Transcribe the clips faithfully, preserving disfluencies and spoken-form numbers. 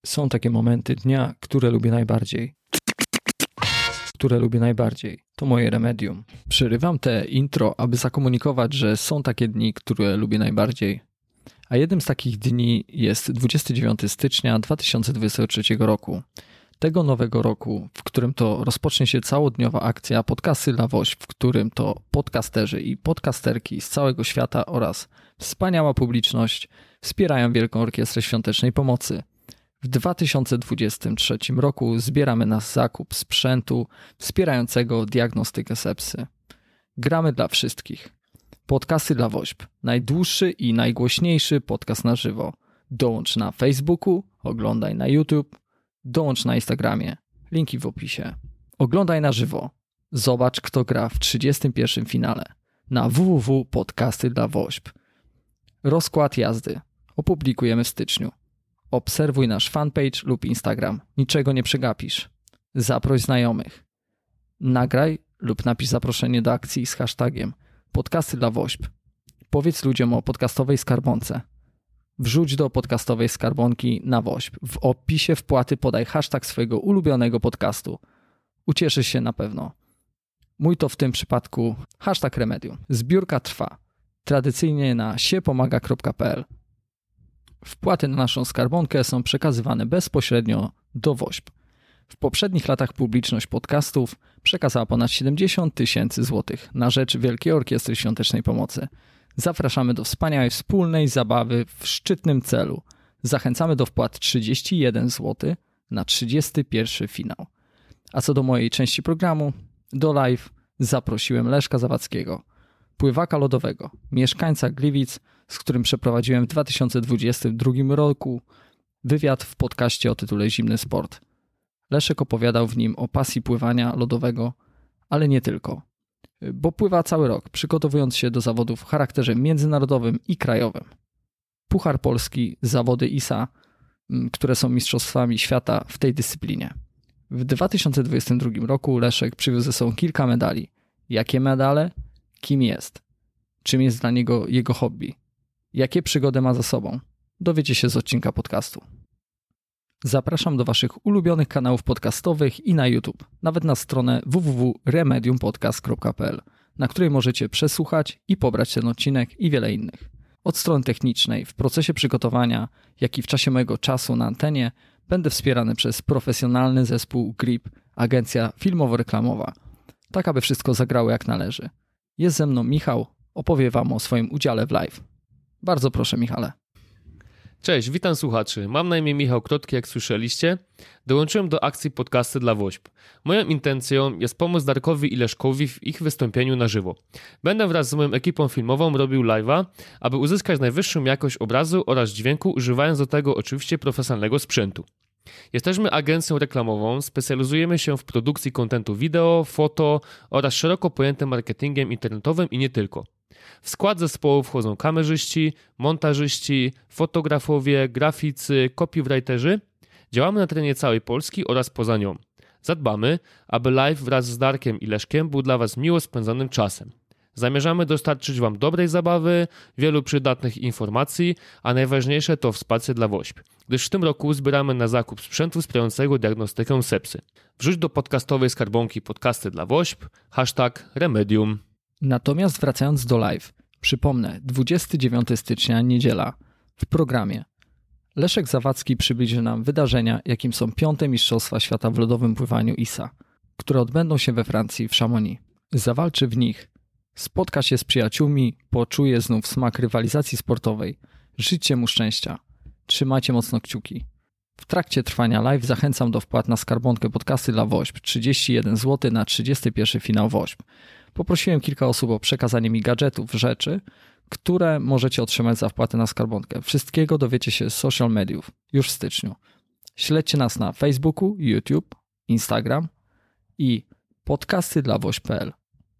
Są takie momenty dnia, które lubię najbardziej. Które lubię najbardziej. To moje remedium. Przerywam te intro, aby zakomunikować, że są takie dni, które lubię najbardziej. A jednym z takich dni jest dwudziestego dziewiątego stycznia dwa tysiące dwudziestego trzeciego roku. Tego nowego roku, w którym to rozpocznie się całodniowa akcja Podcasty dla Wośp, w którym to podcasterzy i podcasterki z całego świata oraz wspaniała publiczność wspierają Wielką Orkiestrę Świątecznej Pomocy. W dwa tysiące dwudziestym trzecim roku zbieramy na zakup sprzętu wspierającego diagnostykę sepsy. Gramy dla wszystkich. Podcasty dla Wośp. Najdłuższy i najgłośniejszy podcast na żywo. Dołącz na Facebooku, oglądaj na YouTube, dołącz na Instagramie. Linki w opisie. Oglądaj na żywo. Zobacz, kto gra w trzydziestym pierwszym finale na w w w kropka podcasty dla wośp. Rozkład jazdy opublikujemy w styczniu. Obserwuj nasz fanpage lub Instagram. Niczego nie przegapisz. Zaproś znajomych. Nagraj lub napisz zaproszenie do akcji z hashtagiem Podcasty dla Wośp. Powiedz ludziom o podcastowej skarbonce. Wrzuć do podcastowej skarbonki na Wośp. W opisie wpłaty podaj hashtag swojego ulubionego podcastu. Ucieszysz się na pewno. Mój to w tym przypadku hashtag remedium. Zbiórka trwa. Tradycyjnie na siepomaga kropka p l. Wpłaty na naszą skarbonkę są przekazywane bezpośrednio do Wośp. W poprzednich latach publiczność podcastów przekazała ponad siedemdziesiąt tysięcy złotych na rzecz Wielkiej Orkiestry Świątecznej Pomocy. Zapraszamy do wspaniałej wspólnej zabawy w szczytnym celu. Zachęcamy do wpłat trzydzieści jeden złotych na trzydziesty pierwszy finał. A co do mojej części programu, do live zaprosiłem Leszka Zawadzkiego, pływaka lodowego, mieszkańca Gliwic, z którym przeprowadziłem w dwa tysiące dwudziestym drugim roku wywiad w podcaście o tytule Zimny Sport. Leszek opowiadał w nim o pasji pływania lodowego, ale nie tylko, bo pływa cały rok, przygotowując się do zawodów w charakterze międzynarodowym i krajowym. Puchar Polski, zawody I S A, które są mistrzostwami świata w tej dyscyplinie. W dwa tysiące dwudziestym drugim roku Leszek przywiózł ze sobą kilka medali. Jakie medale? Kim jest? Czym jest dla niego jego hobby? Jakie przygody ma za sobą? Dowiecie się z odcinka podcastu. Zapraszam do waszych ulubionych kanałów podcastowych i na YouTube, nawet na stronę w w w kropka remedium podcast kropka p l, na której możecie przesłuchać i pobrać ten odcinek i wiele innych. Od strony technicznej, w procesie przygotowania, jak i w czasie mojego czasu na antenie, będę wspierany przez profesjonalny zespół Grip, agencja filmowo-reklamowa, tak aby wszystko zagrało jak należy. Jest ze mną Michał, opowie wam o swoim udziale w live. Bardzo proszę, Michale. Cześć, witam słuchaczy. Mam na imię Michał Krotki, jak słyszeliście. Dołączyłem do akcji Podcasty dla Wośp. Moją intencją jest pomóc Darkowi i Leszkowi w ich wystąpieniu na żywo. Będę wraz z moją ekipą filmową robił live'a, aby uzyskać najwyższą jakość obrazu oraz dźwięku, używając do tego oczywiście profesjonalnego sprzętu. Jesteśmy agencją reklamową, specjalizujemy się w produkcji kontentu wideo, foto oraz szeroko pojętym marketingiem internetowym i nie tylko. W skład zespołu wchodzą kamerzyści, montażyści, fotografowie, graficy, copywriterzy. Działamy na terenie całej Polski oraz poza nią. Zadbamy, aby live wraz z Darkiem i Leszkiem był dla Was miło spędzonym czasem. Zamierzamy dostarczyć Wam dobrej zabawy, wielu przydatnych informacji, a najważniejsze to wsparcie dla Wośp, gdyż w tym roku zbieramy na zakup sprzętu wspierającego diagnostykę sepsy. Wrzuć do podcastowej skarbonki Podcasty dla Wośp, hashtag remedium. Natomiast wracając do live, przypomnę, dwudziestego dziewiątego stycznia, niedziela, w programie Leszek Zawadzki przybliży nam wydarzenia, jakim są piąte Mistrzostwa Świata w lodowym pływaniu I S A, które odbędą się we Francji w Chamonix. Zawalczy w nich, spotka się z przyjaciółmi, poczuje znów smak rywalizacji sportowej. Życzcie mu szczęścia. Trzymajcie mocno kciuki. W trakcie trwania live zachęcam do wpłat na skarbonkę Podcasty dla Wośp trzydzieści jeden złotych na trzydziesty pierwszy finał Wośp. Poprosiłem kilka osób o przekazanie mi gadżetów, rzeczy, które możecie otrzymać za wpłatę na skarbonkę. Wszystkiego dowiecie się z social mediów już w styczniu. Śledźcie nas na Facebooku, YouTube, Instagram i podcasty dla wośp kropka p l.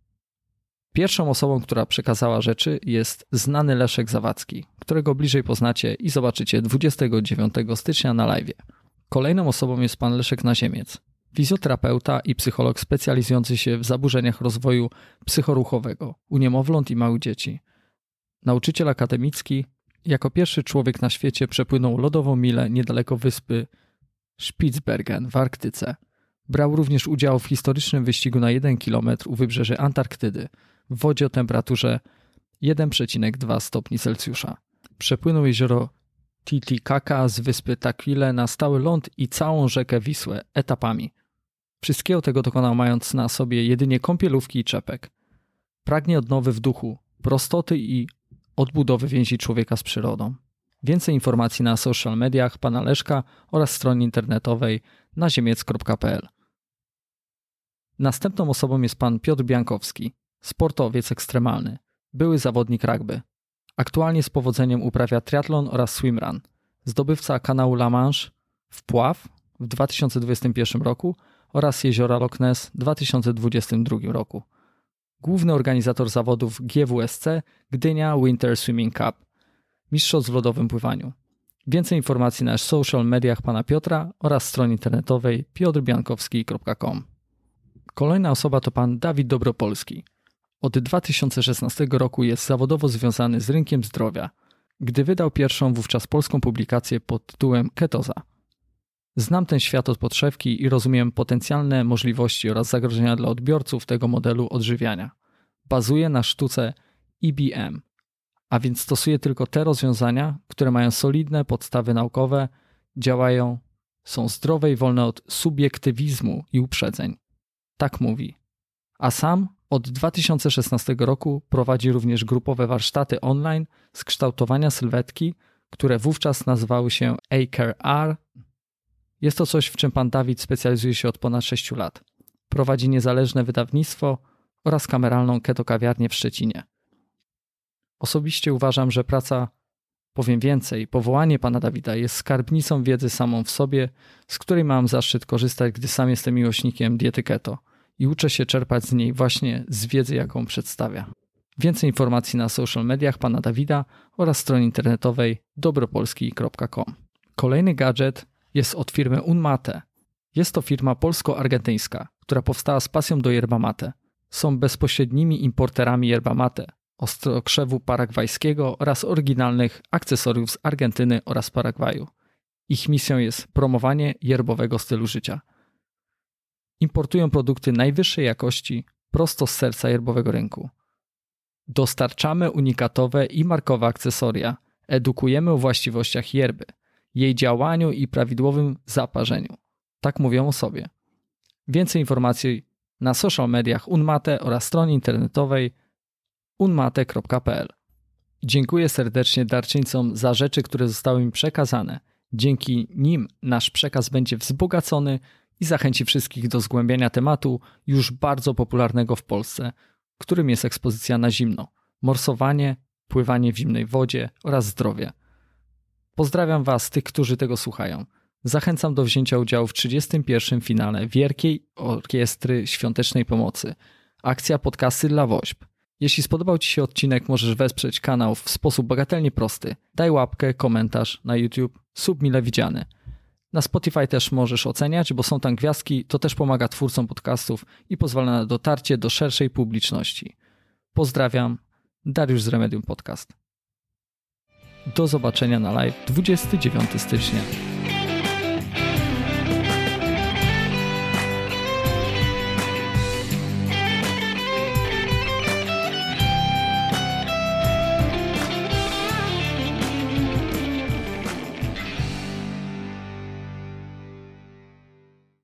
Pierwszą osobą, która przekazała rzeczy, jest znany Leszek Zawadzki, którego bliżej poznacie i zobaczycie dwudziestego dziewiątego stycznia na live'ie. Kolejną osobą jest pan Leszek Naziemiec, fizjoterapeuta i psycholog specjalizujący się w zaburzeniach rozwoju psychoruchowego u niemowląt i małych dzieci. Nauczyciel akademicki, jako pierwszy człowiek na świecie przepłynął lodową milę niedaleko wyspy Spitsbergen w Arktyce. Brał również udział w historycznym wyścigu na jeden kilometr u wybrzeży Antarktydy w wodzie o temperaturze jeden przecinek dwa stopni Celsjusza. Przepłynął jezioro Titicaca z wyspy Taquile na stały ląd i całą rzekę Wisłę etapami. Wszystkiego tego dokonał mając na sobie jedynie kąpielówki i czepek. Pragnie odnowy w duchu, prostoty i odbudowy więzi człowieka z przyrodą. Więcej informacji na social mediach pana Leszka oraz stronie internetowej naziemiec kropka p l. Następną osobą jest pan Piotr Biankowski, sportowiec ekstremalny, były zawodnik rugby. Aktualnie z powodzeniem uprawia triatlon oraz swimrun. Zdobywca kanału La Manche w Pław w dwa tysiące dwudziestym pierwszym roku oraz jeziora Loch Ness w dwa tysiące dwudziestym drugim roku. Główny organizator zawodów G W S C Gdynia Winter Swimming Cup. Mistrzostw w lodowym pływaniu. Więcej informacji na social mediach pana Piotra oraz stronie internetowej piotr biankowski kropka com. Kolejna osoba to pan Dawid Dobropolski. Od dwa tysiące szesnastego roku jest zawodowo związany z rynkiem zdrowia, gdy wydał pierwszą wówczas polską publikację pod tytułem Ketoza. Znam ten świat od podszewki i rozumiem potencjalne możliwości oraz zagrożenia dla odbiorców tego modelu odżywiania. Bazuje na sztuce E B M, a więc stosuje tylko te rozwiązania, które mają solidne podstawy naukowe, działają, są zdrowe i wolne od subiektywizmu i uprzedzeń. Tak mówi. A sam od dwa tysiące szesnastego roku prowadzi również grupowe warsztaty online z kształtowania sylwetki, które wówczas nazywały się A C A R. Jest to coś, w czym pan Dawid specjalizuje się od ponad sześciu lat. Prowadzi niezależne wydawnictwo oraz kameralną ketokawiarnię w Szczecinie. Osobiście uważam, że praca, powiem więcej, powołanie pana Dawida jest skarbnicą wiedzy samą w sobie, z której mam zaszczyt korzystać, gdy sam jestem miłośnikiem diety keto i uczę się czerpać z niej właśnie z wiedzy, jaką przedstawia. Więcej informacji na social mediach pana Dawida oraz stronie internetowej dobropolski kropka com. Kolejny gadżet jest od firmy Unmate. Jest to firma polsko-argentyńska, która powstała z pasją do yerba mate. Są bezpośrednimi importerami yerba mate, ostrokrzewu paragwajskiego oraz oryginalnych akcesoriów z Argentyny oraz Paragwaju. Ich misją jest promowanie yerbowego stylu życia. Importują produkty najwyższej jakości prosto z serca yerbowego rynku. Dostarczamy unikatowe i markowe akcesoria, edukujemy o właściwościach yerby, jej działaniu i prawidłowym zaparzeniu. Tak mówią o sobie. Więcej informacji na social mediach Unmate oraz stronie internetowej unmate kropka p l. Dziękuję serdecznie darczyńcom za rzeczy, które zostały mi przekazane. Dzięki nim nasz przekaz będzie wzbogacony i zachęci wszystkich do zgłębiania tematu już bardzo popularnego w Polsce, którym jest ekspozycja na zimno, morsowanie, pływanie w zimnej wodzie oraz zdrowie. Pozdrawiam Was, tych, którzy tego słuchają. Zachęcam do wzięcia udziału w trzydziestym pierwszym finale Wielkiej Orkiestry Świątecznej Pomocy. Akcja Podcasty dla Wośp. Jeśli spodobał Ci się odcinek, możesz wesprzeć kanał w sposób bagatelnie prosty. Daj łapkę, komentarz na YouTube, sub mile widziany. Na Spotify też możesz oceniać, bo są tam gwiazdki, to też pomaga twórcom podcastów i pozwala na dotarcie do szerszej publiczności. Pozdrawiam, Dariusz z Remedium Podcast. Do zobaczenia na live dwudziestego dziewiątego stycznia.